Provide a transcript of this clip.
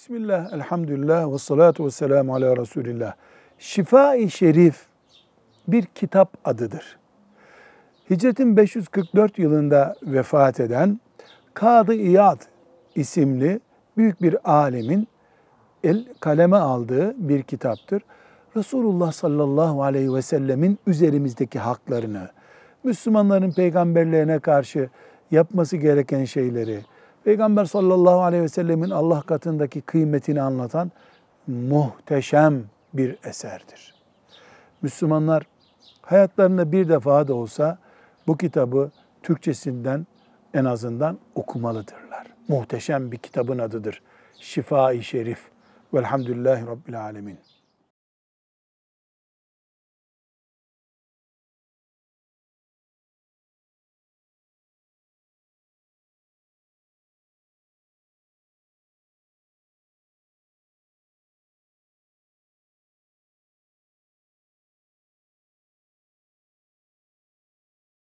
Bismillah, elhamdülillah ve salatu ve selamu ala Resulillah. Şifa-i Şerif bir kitap adıdır. Hicretin 544 yılında vefat eden Kadı İyad isimli büyük bir alimin kaleme aldığı bir kitaptır. Resulullah sallallahu aleyhi ve sellemin üzerimizdeki haklarını, Müslümanların peygamberlerine karşı yapması gereken şeyleri, Peygamber sallallahu aleyhi ve sellemin Allah katındaki kıymetini anlatan muhteşem bir eserdir. Müslümanlar hayatlarında bir defa da olsa bu kitabı Türkçesinden en azından okumalıdırlar. Muhteşem bir kitabın adıdır. Şifa-i Şerif. Velhamdülillahi Rabbil Alemin.